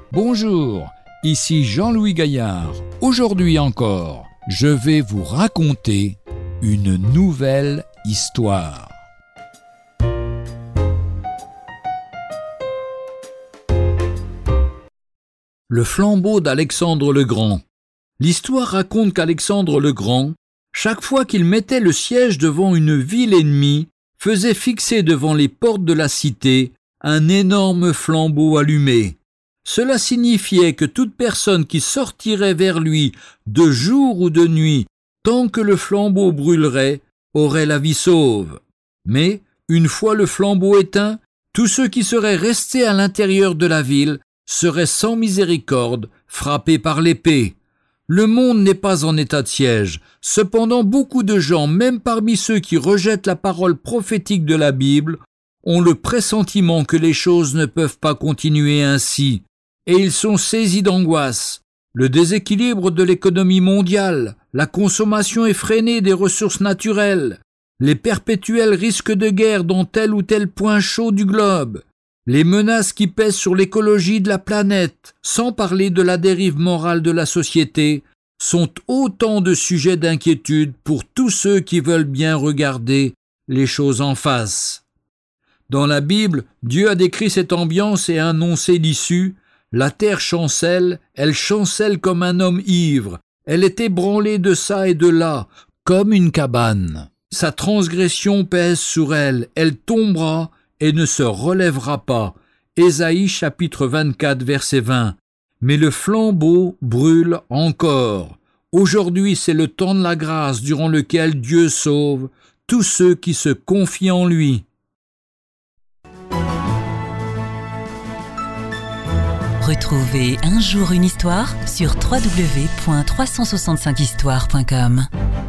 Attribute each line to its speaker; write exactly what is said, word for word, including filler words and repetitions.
Speaker 1: Bonjour, ici Jean-Louis Gaillard. Aujourd'hui encore, je vais vous raconter une nouvelle histoire. Le flambeau d'Alexandre le Grand. L'histoire raconte qu'Alexandre le Grand, chaque fois qu'il mettait le siège devant une ville ennemie, faisait fixer devant les portes de la cité un énorme flambeau allumé. Cela signifiait que toute personne qui sortirait vers lui de jour ou de nuit, tant que le flambeau brûlerait, aurait la vie sauve. Mais, une fois le flambeau éteint, tous ceux qui seraient restés à l'intérieur de la ville seraient sans miséricorde, frappés par l'épée. Le monde n'est pas en état de siège. Cependant, beaucoup de gens, même parmi ceux qui rejettent la parole prophétique de la Bible, ont le pressentiment que les choses ne peuvent pas continuer ainsi. Et ils sont saisis d'angoisse. Le déséquilibre de l'économie mondiale, la consommation effrénée des ressources naturelles, les perpétuels risques de guerre dans tel ou tel point chaud du globe, les menaces qui pèsent sur l'écologie de la planète, sans parler de la dérive morale de la société, sont autant de sujets d'inquiétude pour tous ceux qui veulent bien regarder les choses en face. Dans la Bible, Dieu a décrit cette ambiance et annoncé l'issue. La terre chancelle, elle chancelle comme un homme ivre, elle est ébranlée de ça et de là, comme une cabane. Sa transgression pèse sur elle, elle tombera et ne se relèvera pas. Ésaïe chapitre vingt-quatre verset vingt. Mais le flambeau brûle encore. Aujourd'hui, c'est le temps de la grâce durant lequel Dieu sauve tous ceux qui se confient en lui.
Speaker 2: Retrouvez Un jour une histoire sur w w w point trois cent soixante-cinq histoire point com.